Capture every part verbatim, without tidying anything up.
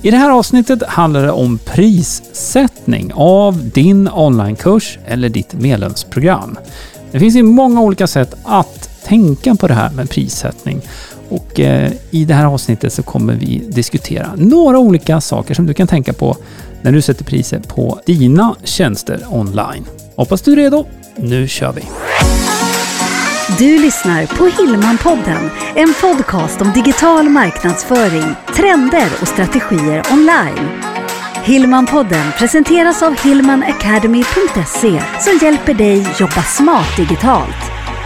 I det här avsnittet handlar det om prissättning av din onlinekurs eller ditt medlemsprogram. Det finns ju många olika sätt att tänka på det här med prissättning. Och eh, i det här avsnittet så kommer vi diskutera några olika saker som du kan tänka på när du sätter priser på dina tjänster online. Hoppas du är redo. Nu kör vi! Du lyssnar på Hillman-podden, en podcast om digital marknadsföring, trender och strategier online. Hillman-podden presenteras av hillman academy punkt se som hjälper dig jobba smart digitalt.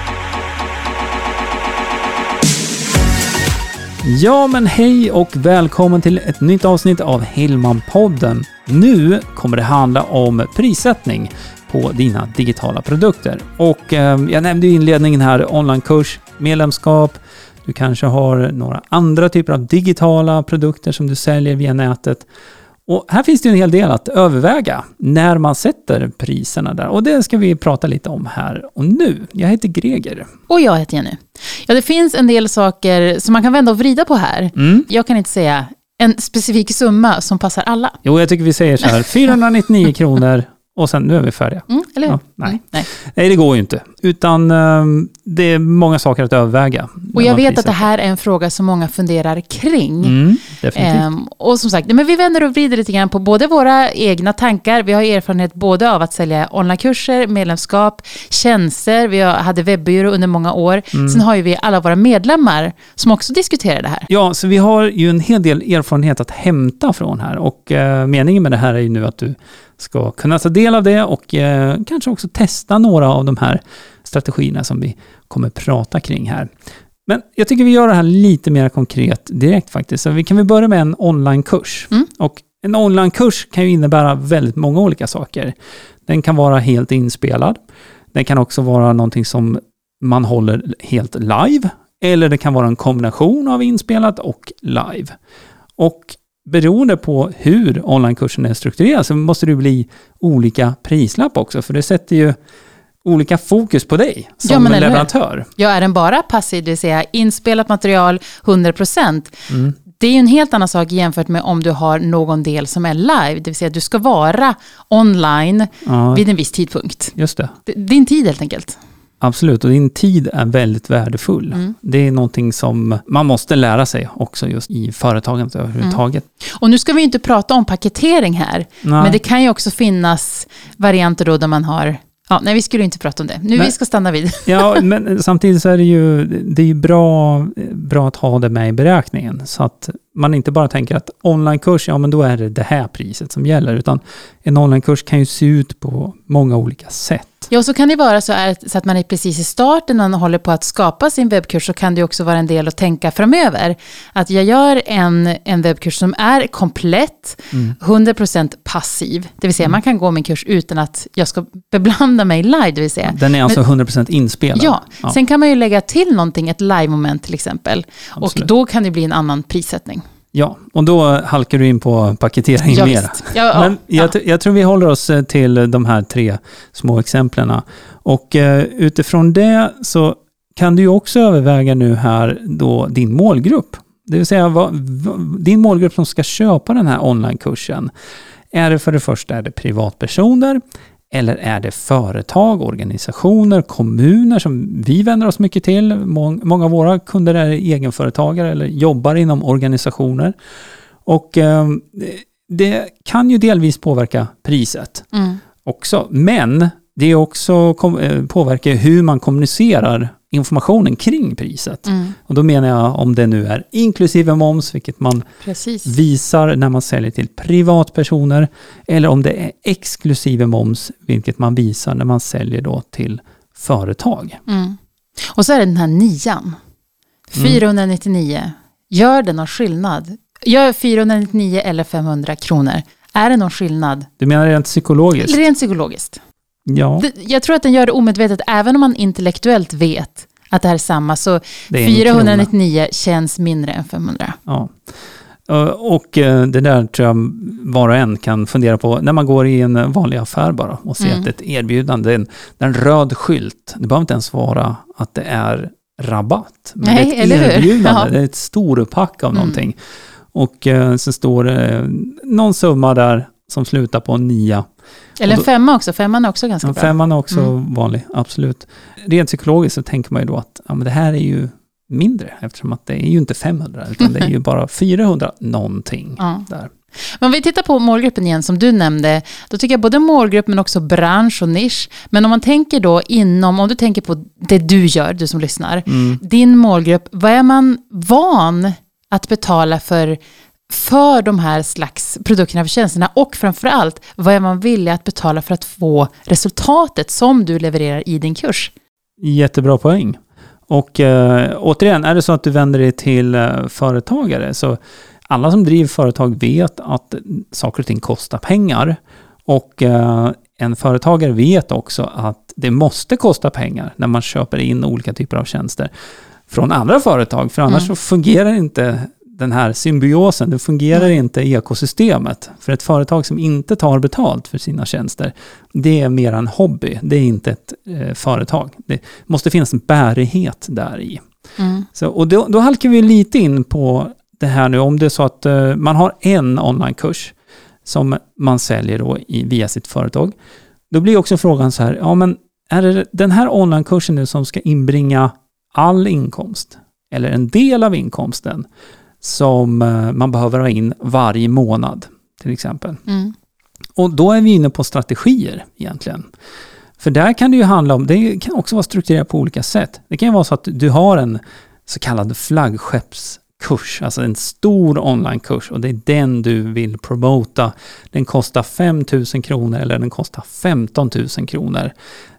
Ja men hej och välkommen till ett nytt avsnitt av Hillman-podden. Nu kommer det handla om prissättning på dina digitala produkter. Och eh, jag nämnde i inledningen här onlinekurs, medlemskap. Du kanske har några andra typer av digitala produkter som du säljer via nätet. Och här finns det en hel del att överväga när man sätter priserna där. Och det ska vi prata lite om här och nu. Jag heter Greger. Och jag heter Jenny. Ja, det finns en del saker som man kan vända och vrida på här. Mm. Jag kan inte säga en specifik summa som passar alla. Jo, jag tycker vi säger så här. fyrahundranittionio kronor. Och sen, nu är vi färdiga. Mm, eller hur? Ja, nej. Mm, nej. nej, det går ju inte. Utan um, det är många saker att överväga. Och jag vet att det här är en fråga som många funderar kring. Mm, definitivt. Um, och som sagt, men vi vänder och vrider lite grann på både våra egna tankar. Vi har erfarenhet både av att sälja onlinekurser, medlemskap, tjänster. Vi hade webbyrå under många år. Mm. Sen har ju vi alla våra medlemmar som också diskuterar det här. Ja, så vi har ju en hel del erfarenhet att hämta från här. Och uh, meningen med det här är ju nu att du ska kunna ta del av det och eh, kanske också testa några av de här strategierna som vi kommer prata kring här. Men jag tycker vi gör det här lite mer konkret direkt faktiskt. Så vi kan väl börja med en onlinekurs. Mm. Och en onlinekurs kan ju innebära väldigt många olika saker. Den kan vara helt inspelad. Den kan också vara någonting som man håller helt live. Eller det kan vara en kombination av inspelat och live. Och beroende på hur onlinekursen är strukturerad så måste det bli olika prislapp också. För det sätter ju olika fokus på dig som ja, leverantör. Ja, är den bara passiv, det vill säga inspelat material hundra procent. Mm. Det är ju en helt annan sak jämfört med om du har någon del som är live. Det vill säga att du ska vara online ja, vid en viss tidpunkt. Just det. Din tid helt enkelt. Absolut, och din tid är väldigt värdefull. Mm. Det är någonting som man måste lära sig också just i företaget överhuvudtaget. Mm. Och nu ska vi inte prata om paketering här. Nej. Men det kan ju också finnas varianter då där man har... Ja, nej, vi skulle inte prata om det. Nu men, vi ska stanna vid. Ja, men samtidigt så är det ju, det är ju bra, bra att ha det med i beräkningen. Så att man inte bara tänker att onlinekurs, ja men då är det det här priset som gäller. Utan en onlinekurs kan ju se ut på många olika sätt. Ja, så kan det vara så, är, så att man är precis i starten när man håller på att skapa sin webbkurs, så kan det också vara en del att tänka framöver. Att jag gör en, en webbkurs som är komplett, mm. hundra procent passiv. Det vill säga mm. man kan gå min kurs utan att jag ska beblanda mig live, det vill säga. Den är alltså Men, hundra procent inspelad. Ja, ja, sen kan man ju lägga till någonting, ett live-moment till exempel. Absolut. Och då kan det bli en annan prissättning. Ja, och då halkar du in på paketering ja, mera. Ja, ja, Men jag, ja. jag tror vi håller oss till de här tre små exemplen. Och uh, utifrån det så kan du ju också överväga nu här då din målgrupp. Det vill säga vad, vad, din målgrupp som ska köpa den här onlinekursen. Är det för det första är det privatpersoner? Eller är det företag, organisationer, kommuner som vi vänder oss mycket till? Många av våra kunder är egenföretagare eller jobbar inom organisationer. Och eh, det kan ju delvis påverka priset mm. också. Men det också kom, påverkar hur man kommunicerar informationen kring priset. Mm. Och då menar jag om det nu är inklusive moms, vilket man Precis. visar när man säljer till privatpersoner, eller om det är exklusive moms, vilket man visar när man säljer då till företag. Mm. Och så är det den här nian. fyrahundranittionio. Mm. Gör det någon skillnad? Gör fyrahundranittionio eller femhundra kronor. Är det någon skillnad? Du menar rent psykologiskt? Rent psykologiskt. Ja. Jag tror att den gör det omedvetet, även om man intellektuellt vet att det här är samma. Så fyrahundranittionio känns mindre än femhundra. Ja. Och det där tror jag var och en kan fundera på när man går i en vanlig affär bara och ser mm. att det är ett erbjudande. Det är en, det är en röd skylt. Det behöver inte ens vara att det är rabatt. Men Nej, det är ett erbjudande. Ja. Det är ett storpack av mm. någonting. Och eh, så står det eh, någon summa där som slutar på en nia. Eller en femma också. Femman är också ganska ja, bra. Femman är också mm. vanlig, absolut. Rent psykologiskt så tänker man ju då att ja, men det här är ju mindre, eftersom att det är ju inte femhundra, utan det är ju bara fyrahundra någonting ja. där. Men om vi tittar på målgruppen igen som du nämnde, då tycker jag både målgrupp men också bransch och nisch. Men om man tänker då inom, om du tänker på det du gör, du som lyssnar, Mm. din målgrupp, vad är man van att betala för för de här slags produkterna för tjänsterna, och framförallt vad är man villig att betala för att få resultatet som du levererar i din kurs? Jättebra poäng. Och äh, återigen, är det så att du vänder dig till äh, företagare, så alla som driver företag vet att saker och ting kostar pengar. Och äh, en företagare vet också att det måste kosta pengar när man köper in olika typer av tjänster från andra företag. För annars mm. så fungerar inte den här symbiosen, det fungerar mm. inte ekosystemet. För ett företag som inte tar betalt för sina tjänster, det är mer en hobby. Det är inte ett eh, företag. Det måste finnas en bärighet där i. Mm. Så, och då, då halkar vi lite in på det här nu. Om det är så att eh, man har en onlinekurs som man säljer då i, via sitt företag. Då blir också frågan så här, ja men är det den här onlinekursen nu som ska inbringa all inkomst? Eller en del av inkomsten som man behöver ha in varje månad till exempel. Mm. Och då är vi inne på strategier egentligen. För där kan det ju handla om, det kan också vara strukturerat på olika sätt. Det kan vara så att du har en så kallad flaggskeppskurs, alltså en stor onlinekurs, och det är den du vill promota. Den kostar fem tusen kronor eller den kostar femton tusen kronor.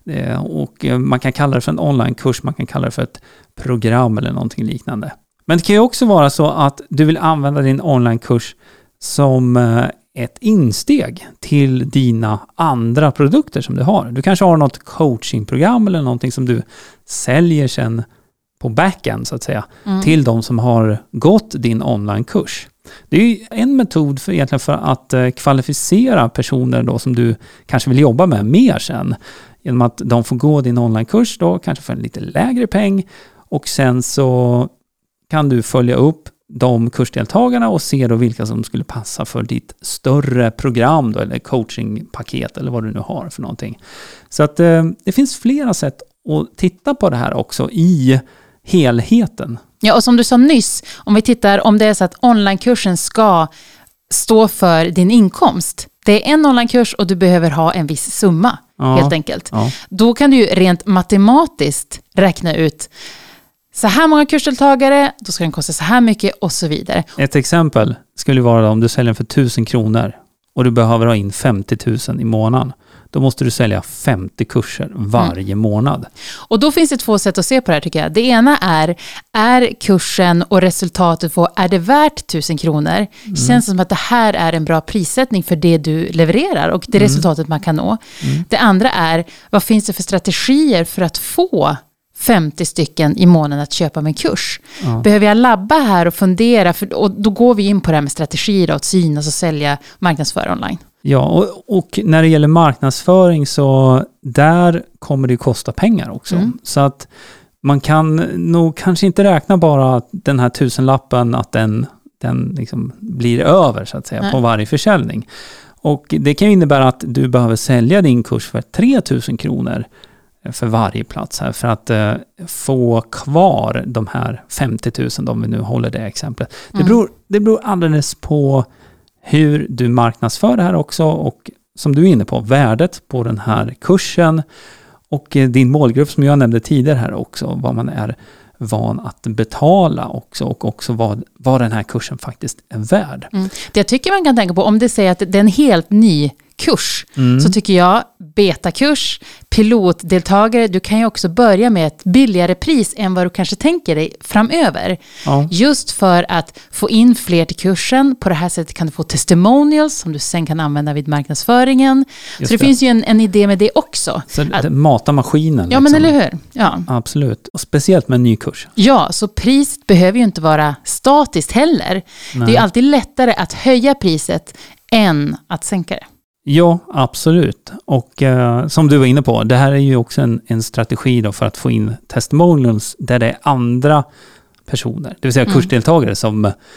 Och man kan kalla det för en onlinekurs, man kan kalla det för ett program eller någonting liknande. Men det kan ju också vara så att du vill använda din onlinekurs som ett insteg till dina andra produkter som du har. Du kanske har något coachingprogram eller någonting som du säljer sen på backend så att säga mm. till de som har gått din onlinekurs. Det är ju en metod för, egentligen för att kvalificera personer då som du kanske vill jobba med mer sen. Genom att de får gå din onlinekurs då, kanske för en lite lägre peng, och sen så kan du följa upp de kursdeltagarna och se då vilka som skulle passa för ditt större program då, eller coachingpaket eller vad du nu har för någonting. Så att eh, det finns flera sätt att titta på det här också i helheten. Ja, och som du sa nyss, om vi tittar om det är så att onlinekursen ska stå för din inkomst. Det är en onlinekurs och du behöver ha en viss summa ja, helt enkelt. Ja. Då kan du ju rent matematiskt räkna ut så här många kursdeltagare, då ska den kosta så här mycket och så vidare. Ett exempel skulle vara om du säljer den för tusen kronor och du behöver ha in femtio tusen i månaden. Då måste du sälja femtio kurser varje mm. månad. Och då finns det två sätt att se på det här tycker jag. Det ena är, är kursen och resultatet för, är det värt tusen kronor? Mm. Känns det som att det här är en bra prissättning för det du levererar och det mm. resultatet man kan nå. Mm. Det andra är, vad finns det för strategier för att få femtio stycken i månaden att köpa min kurs? Ja. Behöver jag labba här och fundera? För, och då går vi in på det här med strategier, att synas och sälja, marknadsföra online. Ja, och, och när det gäller marknadsföring så där kommer det kosta pengar också. Mm. Så att man kan nog kanske inte räkna bara att den här tusenlappen att den, den liksom blir över så att säga Nej. På varje försäljning. Och det kan innebära att du behöver sälja din kurs för tre tusen kronor för varje plats här för att eh, få kvar de här femtio tusen om vi nu håller det exemplet. Mm. Det, beror, det beror alldeles på hur du marknadsför det här också och som du är inne på, värdet på den här kursen och eh, din målgrupp som jag nämnde tidigare här också, vad man är van att betala också och också vad, vad den här kursen faktiskt är värd. Mm. Det jag tycker man kan tänka på, om det säger att det är en helt ny kurs, mm. så tycker jag betakurs, pilotdeltagare, du kan ju också börja med ett billigare pris än vad du kanske tänker dig framöver. Ja. Just för att få in fler till kursen. På det här sättet kan du få testimonials som du sen kan använda vid marknadsföringen. Just så det, det finns ju en, en idé med det också. Så att mata maskinen. Ja, liksom. Men eller hur? Ja. Absolut. Och speciellt med en ny kurs. Ja, så priset behöver ju inte vara statiskt heller. Nej. Det är ju alltid lättare att höja priset än att sänka det. Ja, absolut. Och eh, som du var inne på, det här är ju också en, en strategi då för att få in testimonials där det är andra personer, det vill säga mm. kursdeltagare som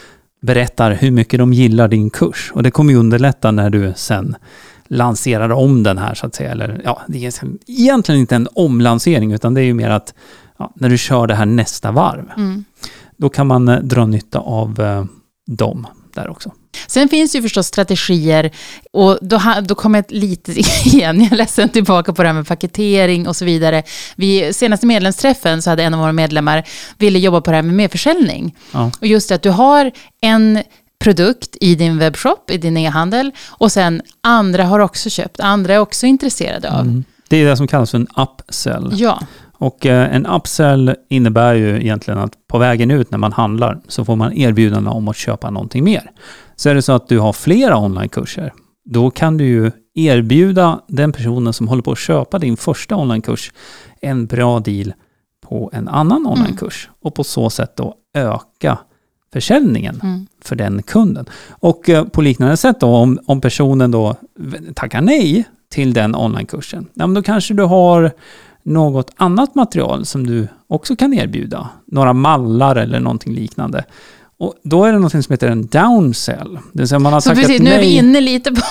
berättar hur mycket de gillar din kurs. Och det kommer ju underlätta när du sen lanserar om den här så att säga. Eller, ja, det är egentligen inte en omlansering utan det är ju mer att ja, när du kör det här nästa varv. Mm. Då kan man eh, dra nytta av eh, dem där också. Sen finns det ju förstås strategier och då, då kommer jag lite igen, jag läser tillbaka på det här med paketering och så vidare. Vid senaste medlemsträffen så hade en av våra medlemmar ville jobba på det här med merförsäljning. Ja. Och just det att du har en produkt i din webbshop, i din e-handel och sen andra har också köpt, andra är också intresserade av. Mm. Det är det som kallas för en upsell. Ja. Och eh, en upsell innebär ju egentligen att på vägen ut när man handlar så får man erbjudande om att köpa någonting mer. Så är det så att du har flera onlinekurser, då kan du ju erbjuda den personen som håller på att köpa din första onlinekurs en bra deal på en annan onlinekurs. Mm. Och på så sätt då öka försäljningen mm. för den kunden. Och eh, på liknande sätt då, om, om personen då tackar nej till den onlinekursen, ja, men då kanske du har något annat material som du också kan erbjuda. Några mallar eller någonting liknande. Och då är det något som heter en downsell. Det vill säga man har så tackat precis, nej. Nu är vi inne lite på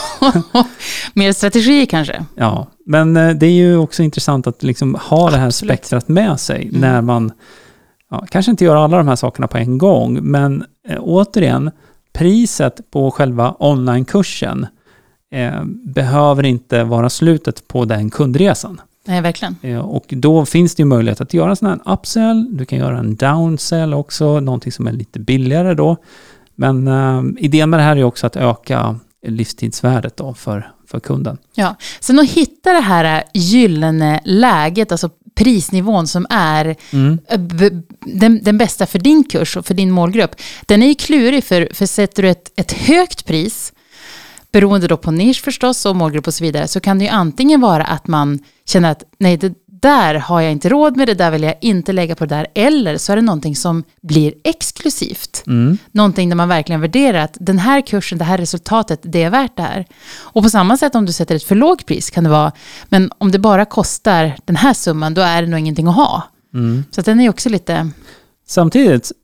mer strategi kanske. Ja, men det är ju också intressant att liksom ha det här Absolut. spektrat med sig mm. när man ja, kanske inte gör alla de här sakerna på en gång. Men eh, återigen, priset på själva onlinekursen eh, behöver inte vara slutet på den kundresan. Nej, verkligen. Och då finns det ju möjlighet att göra en sån här upsell. Du kan göra en downsell också, någonting som är lite billigare då. Men äh, idén med det här är också att öka livstidsvärdet då för, för kunden. Ja, sen att hitta det här gyllene läget, alltså prisnivån som är mm. b- den, den bästa för din kurs och för din målgrupp. Den är ju klurig för, för sätter du ett, ett högt pris beroende då på nisch förstås och målgrupp och så vidare, så kan det ju antingen vara att man känner att nej, det där har jag inte råd med, det där vill jag inte lägga på det där, eller så är det någonting som blir exklusivt. Mm. Någonting där man verkligen värderar att den här kursen, det här resultatet, det är värt det här. Och på samma sätt om du sätter ett för lågt pris kan det vara, men om det bara kostar den här summan, då är det nog ingenting att ha. Mm. Så att den är ju också lite... Samtidigt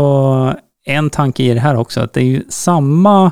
så en tanke i det här också, att det är ju samma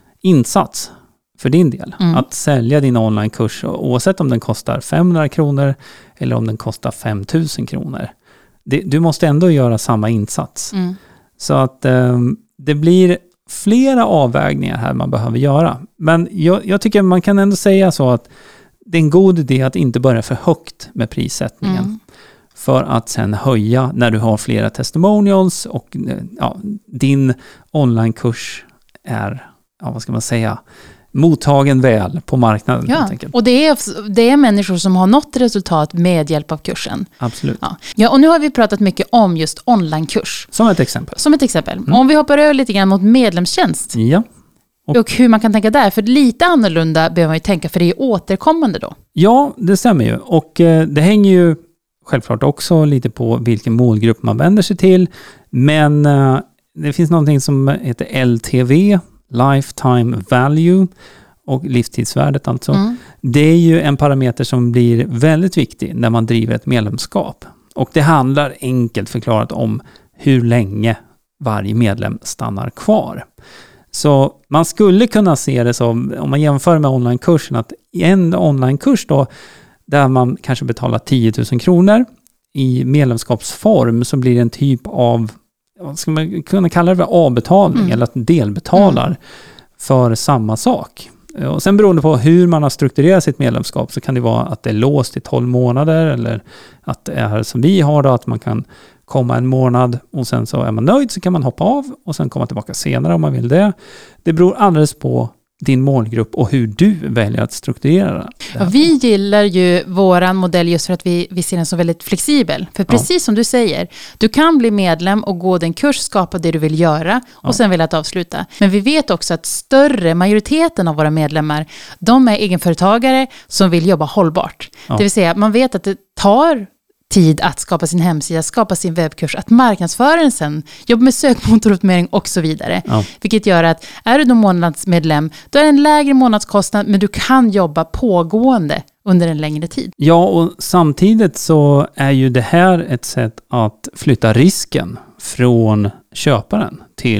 insats för din del. Mm. Att sälja din onlinekurs oavsett om den kostar femhundra kronor eller om den kostar fem tusen kronor. Det, du måste ändå göra samma insats. Mm. Så att eh, det blir flera avvägningar här man behöver göra. Men jag, jag tycker man kan ändå säga så att det är en god idé att inte börja för högt med prissättningen. Mm. För att sen höja när du har flera testimonials och ja, din onlinekurs är, ja, vad ska man säga, mottagen väl på marknaden. Ja, och det är, det är människor som har nått resultat med hjälp av kursen. Absolut. Ja. Ja, och nu har vi pratat mycket om just onlinekurs. Som ett exempel. Som ett exempel. Mm. Om vi hoppar över lite grann mot medlemstjänst. Ja. Och, och hur man kan tänka där. För lite annorlunda behöver man ju tänka, för det är återkommande då. Ja, det stämmer ju. Och eh, det hänger ju självklart också lite på vilken målgrupp man vänder sig till. Men eh, det finns någonting som heter L T V, Lifetime Value, och livstidsvärdet alltså. Mm. Det är ju en parameter som blir väldigt viktig när man driver ett medlemskap. Och det handlar enkelt förklarat om hur länge varje medlem stannar kvar. Så man skulle kunna se det som, om man jämför med onlinekursen, att i en onlinekurs då, där man kanske betalar tio tusen kronor i medlemskapsform, så blir det en typ av, vad ska man kunna kalla det för, avbetalning mm. eller att delbetalar mm. för samma sak. Och sen beroende på hur man har strukturerat sitt medlemskap, så kan det vara att det är låst i tolv månader, eller att det är som vi har då, att man kan komma en månad och sen så är man nöjd, så kan man hoppa av och sen komma tillbaka senare om man vill det. Det beror alldeles på din målgrupp och hur du väljer att strukturera det. Ja, vi gillar ju våran modell just för att vi, vi ser den så väldigt flexibel. För precis ja. som du säger, du kan bli medlem och gå den kurs, skapa det du vill göra och ja. sen vill att avsluta. Men vi vet också att större majoriteten av våra medlemmar, de är egenföretagare som vill jobba hållbart. Ja. Det vill säga, man vet att det tar tid att skapa sin hemsida, skapa sin webbkurs, att marknadsföra den sen, jobba med sökmotoroptimering och så vidare. Ja. Vilket gör att är du då månadsmedlem, då är det en lägre månadskostnad, men du kan jobba pågående under en längre tid. Ja, och samtidigt så är ju det här ett sätt att flytta risken från köparen till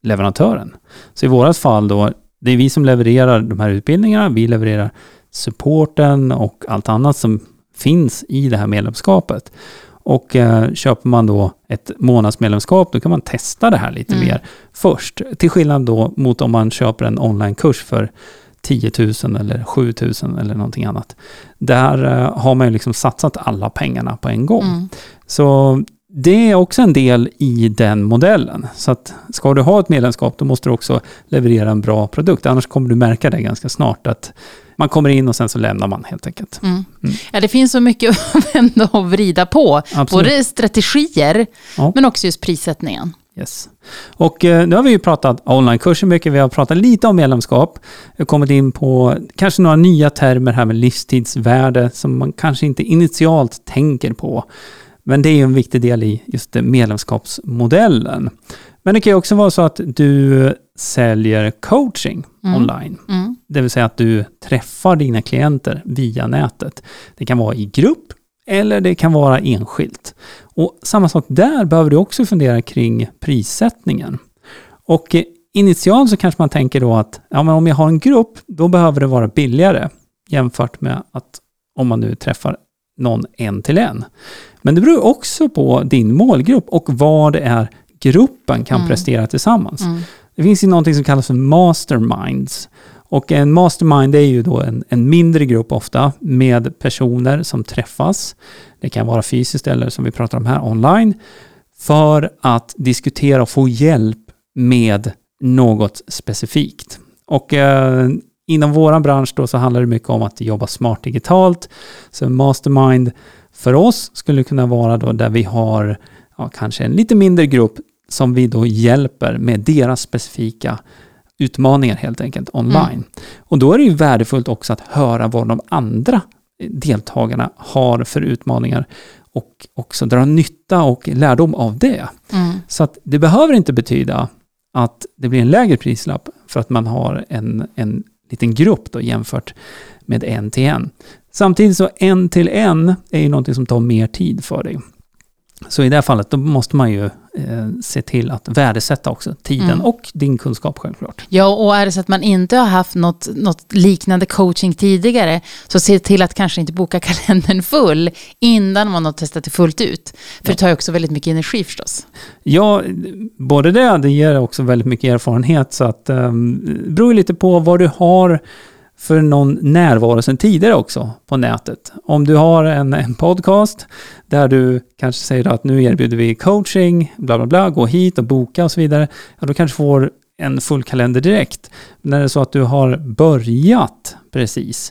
leverantören. Så i vårat fall då, det är vi som levererar de här utbildningarna, vi levererar supporten och allt annat som finns i det här medlemskapet. Och eh, köper man då ett månadsmedlemskap, då kan man testa det här lite mm. mer först. Till skillnad då mot om man köper en onlinekurs för tio tusen eller sju tusen eller någonting annat. Där eh, har man ju liksom satsat alla pengarna på en gång. Mm. Så det är också en del i den modellen. Så att ska du ha ett medlemskap, då måste du också leverera en bra produkt. Annars kommer du märka det ganska snart att man kommer in och sen så lämnar man helt enkelt. Mm. Mm. Ja, det finns så mycket att vända och vrida på. Absolut. Både strategier ja. men också just prissättningen. Yes. Och eh, nu har vi ju pratat onlinekurser mycket, vi har pratat lite om medlemskap. Vi har kommit in på kanske några nya termer här med livstidsvärde som man kanske inte initialt tänker på. Men det är ju en viktig del i just medlemskapsmodellen. Men det kan ju också vara så att du säljer coaching mm. online. Mm. Det vill säga att du träffar dina klienter via nätet. Det kan vara i grupp eller det kan vara enskilt. Och samma sak där behöver du också fundera kring prissättningen. Och initialt så kanske man tänker då att ja, men om jag har en grupp, då behöver det vara billigare jämfört med att om man nu träffar någon en till en. Men det beror också på din målgrupp och vad det är gruppen kan mm. prestera tillsammans. Mm. Det finns ju någonting som kallas för masterminds. Och en mastermind är ju då en, en mindre grupp ofta med personer som träffas. Det kan vara fysiskt eller som vi pratar om här online. För att diskutera och få hjälp med något specifikt. Och eh, inom våran bransch då så handlar det mycket om att jobba smart digitalt. Så mastermind för oss skulle kunna vara då där vi har ja, kanske en lite mindre grupp som vi då hjälper med deras specifika utmaningar helt enkelt online. Mm. Och då är det ju värdefullt också att höra vad de andra deltagarna har för utmaningar och också dra nytta och lärdom av det. Mm. Så att det behöver inte betyda att det blir en lägre prislapp för att man har en, en liten grupp då jämfört med en till en. Samtidigt så en till en är ju någonting som tar mer tid för dig. Så i det här fallet då måste man ju eh, se till att värdesätta också tiden mm. och din kunskap självklart. Ja, och är det så att man inte har haft något, något liknande coaching tidigare så se till att kanske inte boka kalendern full innan man har testat det fullt ut. För ja. det tar ju också väldigt mycket energi förstås. Ja, både det, det ger också väldigt mycket erfarenhet så att eh, det beror lite på vad du har för någon närvaro sedan tidigare också på nätet. Om du har en, en podcast där du kanske säger att nu erbjuder vi coaching, bla bla bla, gå hit och boka och så vidare. Ja, då kanske får en full kalender direkt. Men när det är så att du har börjat precis,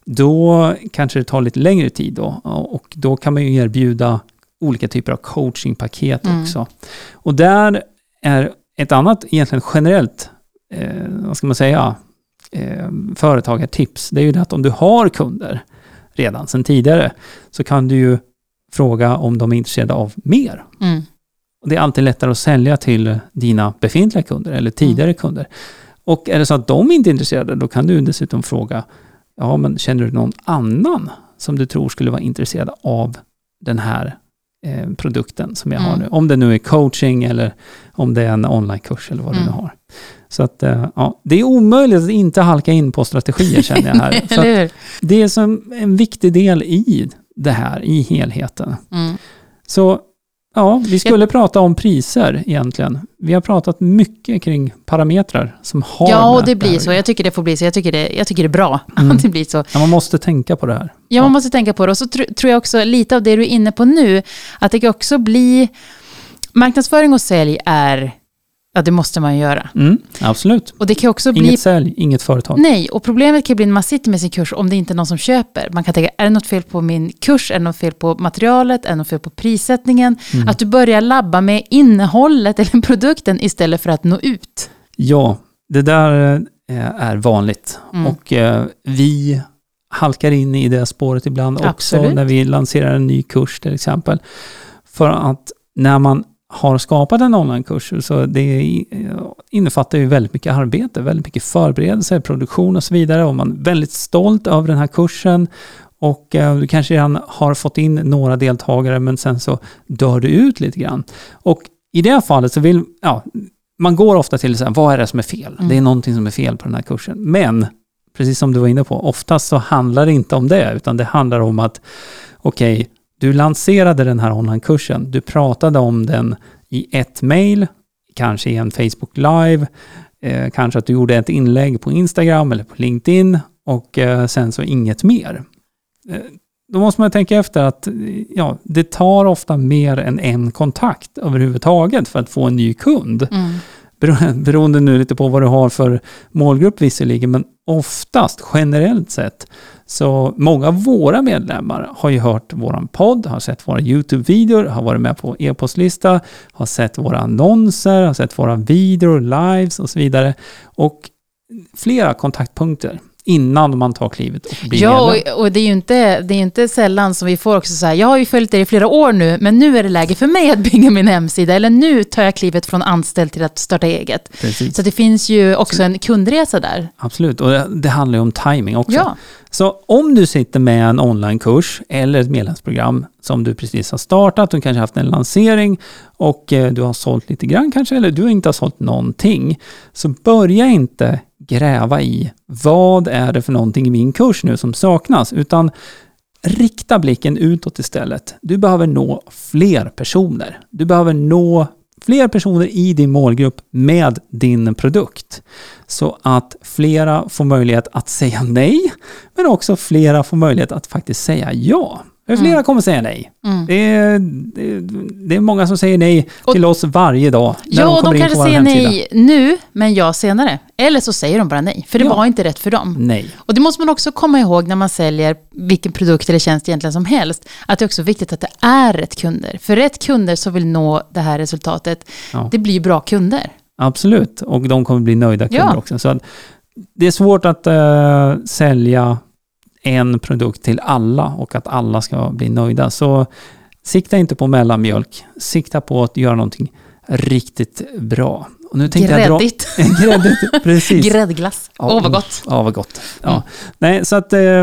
då kanske det tar lite längre tid då. Och då kan man ju erbjuda olika typer av coachingpaket mm. också. Och där är ett annat egentligen generellt, eh, vad ska man säga, Eh, företagartips, det är ju det att om du har kunder redan sedan tidigare så kan du ju fråga om de är intresserade av mer. Mm. Och det är alltid lättare att sälja till dina befintliga kunder eller tidigare mm. kunder. Och är det så att de inte är intresserade, då kan du dessutom fråga, ja men känner du någon annan som du tror skulle vara intresserad av den här eh, produkten som jag mm. har nu? Om det nu är coaching eller om det är en onlinekurs eller vad mm. du nu har. Så att, ja, det är omöjligt att inte halka in på strategier känner jag här. Så att det är som en viktig del i det här, i helheten. Mm. Så ja, vi skulle jag... prata om priser egentligen. Vi har pratat mycket kring parametrar som har... Ja, och det blir det så. Jag tycker det får bli så. Jag tycker det, jag tycker det är bra mm. att det blir så. Ja, man måste tänka på det här. Ja, ja. man måste tänka på det. Och så tr- tror jag också lite av det du är inne på nu, att det kan också bli... Marknadsföring och sälj är... Ja, det måste man göra. Mm, absolut. Och det kan också bli... Inget sälj, inget företag. Nej, och problemet kan bli när man sitter med sin kurs om det inte är någon som köper. Man kan tänka, är det något fel på min kurs? Är det något fel på materialet? Är det något fel på prissättningen? Mm. Att du börjar labba med innehållet eller produkten istället för att nå ut. Ja, det där är vanligt. Mm. Och eh, vi halkar in i det spåret ibland också. Absolut. När vi lanserar en ny kurs till exempel. För att när man har skapat en onlinekurs så det innefattar ju väldigt mycket arbete, väldigt mycket förberedelse, produktion och så vidare och man är väldigt stolt över den här kursen och eh, du kanske redan har fått in några deltagare men sen så dör du ut lite grann. Och i det här fallet så vill, ja, man går ofta till så här, vad är det som är fel? Mm. Det är någonting som är fel på den här kursen. Men, precis som du var inne på, oftast så handlar det inte om det, utan det handlar om att, okej, okay, du lanserade den här onlinekursen, du pratade om den i ett mejl, kanske i en Facebook live, eh, kanske att du gjorde ett inlägg på Instagram eller på LinkedIn och eh, sen så inget mer. Eh, då måste man tänka efter att ja, det tar ofta mer än en kontakt överhuvudtaget för att få en ny kund. Mm. Beroende nu lite på vad du har för målgrupp visserligen, men oftast generellt sett så många av våra medlemmar har ju hört våran podd, har sett våra YouTube-videor, har varit med på e-postlista, har sett våra annonser, har sett våra videor, lives och så vidare. Och flera kontaktpunkter innan man tar klivet och blir ja, medlem. och, och det är ju inte, det är inte sällan som vi får också så här, jag har ju följt er i flera år nu, men nu är det läge för mig att bygga min hemsida, eller nu tar jag klivet från anställd till att starta eget. Precis. Så det finns ju också en kundresa där. Absolut, och det, det handlar ju om timing också. Ja. Så om du sitter med en onlinekurs eller ett medlemsprogram som du precis har startat, du kanske haft en lansering och eh, du har sålt lite grann kanske, eller du inte har sålt någonting, så börja inte gräva i vad är det för någonting i min kurs nu som saknas, utan rikta blicken utåt istället. Du behöver nå fler personer. Du behöver nå fler personer i din målgrupp med din produkt. Så att flera får möjlighet att säga nej, men också flera får möjlighet att faktiskt säga ja. Flera mm. kommer säga nej. Mm. Det, är, det, det är många som säger nej och, till oss varje dag. När ja, de, kommer de in kanske på säger hemsida. nej nu, men ja senare. Eller så säger de bara nej, för det ja. var inte rätt för dem. Nej. Och det måste man också komma ihåg när man säljer vilken produkt eller tjänst egentligen som helst. Att det är också viktigt att det är rätt kunder. För rätt kunder som vill nå det här resultatet, ja. det blir bra kunder. Absolut, och de kommer bli nöjda kunder ja. också. Så att det är svårt att uh, sälja en produkt till alla och att alla ska bli nöjda. Så sikta inte på mellanmjölk. Sikta på att göra någonting riktigt bra. Och nu Gräddigt. Jag dra... Gräddigt, precis. Gräddglass. Åh, oh, vad gott. Ja, vad gott. Ja. Mm. Nej, så att eh,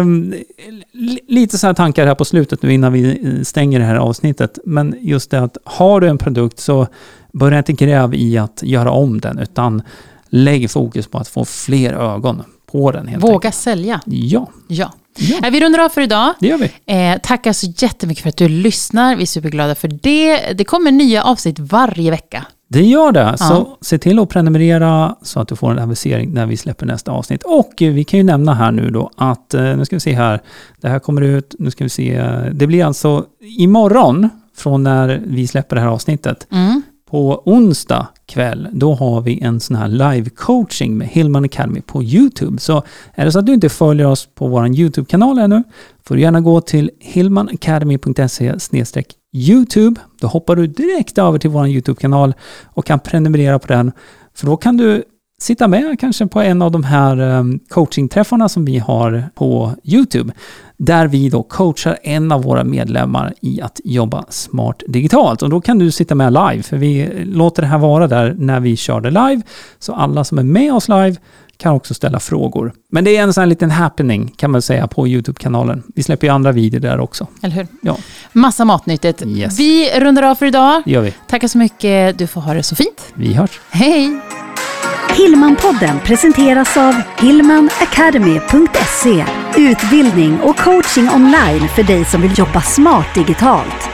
lite så här tankar här på slutet nu innan vi stänger det här avsnittet. Men just det att har du en produkt så börja inte gräva i att göra om den, utan lägg fokus på att få fler ögon på den. Helt Våga enkelt. sälja. Ja. Ja. Ja. Vi rundar av för idag. Det gör vi. Eh, tackar så jättemycket för att du lyssnar. Vi är superglada för det. Det kommer nya avsnitt varje vecka. Det gör det. Ja. Så se till att prenumerera så att du får en avisering när vi släpper nästa avsnitt. Och vi kan ju nämna här nu då att, nu ska vi se här, det här kommer ut, nu ska vi se, det blir alltså imorgon från när vi släpper det här avsnittet. Mm. På onsdag kväll, då har vi en sån här live-coaching med Hillman Academy på YouTube. Så är det så att du inte följer oss på vår YouTube-kanal ännu, får du gärna gå till hillmanacademy punkt se slash YouTube. Då hoppar du direkt över till vår YouTube-kanal och kan prenumerera på den. För då kan du sitta med kanske på en av de här um, coachingträffarna som vi har på YouTube. Där vi då coachar en av våra medlemmar i att jobba smart digitalt. Och då kan du sitta med live, för vi låter det här vara där när vi kör det live. Så alla som är med oss live kan också ställa frågor. Men det är en sån här liten happening kan man säga på YouTube-kanalen. Vi släpper ju andra videor där också. Eller hur? Ja. Massa matnyttigt. Yes. Vi rundar av för idag. Det gör vi. Tackar så mycket. Du får ha det så fint. Vi hörs. Hej! Hillman-podden presenteras av hillman academy punkt se. Utbildning och coaching online för dig som vill jobba smart digitalt.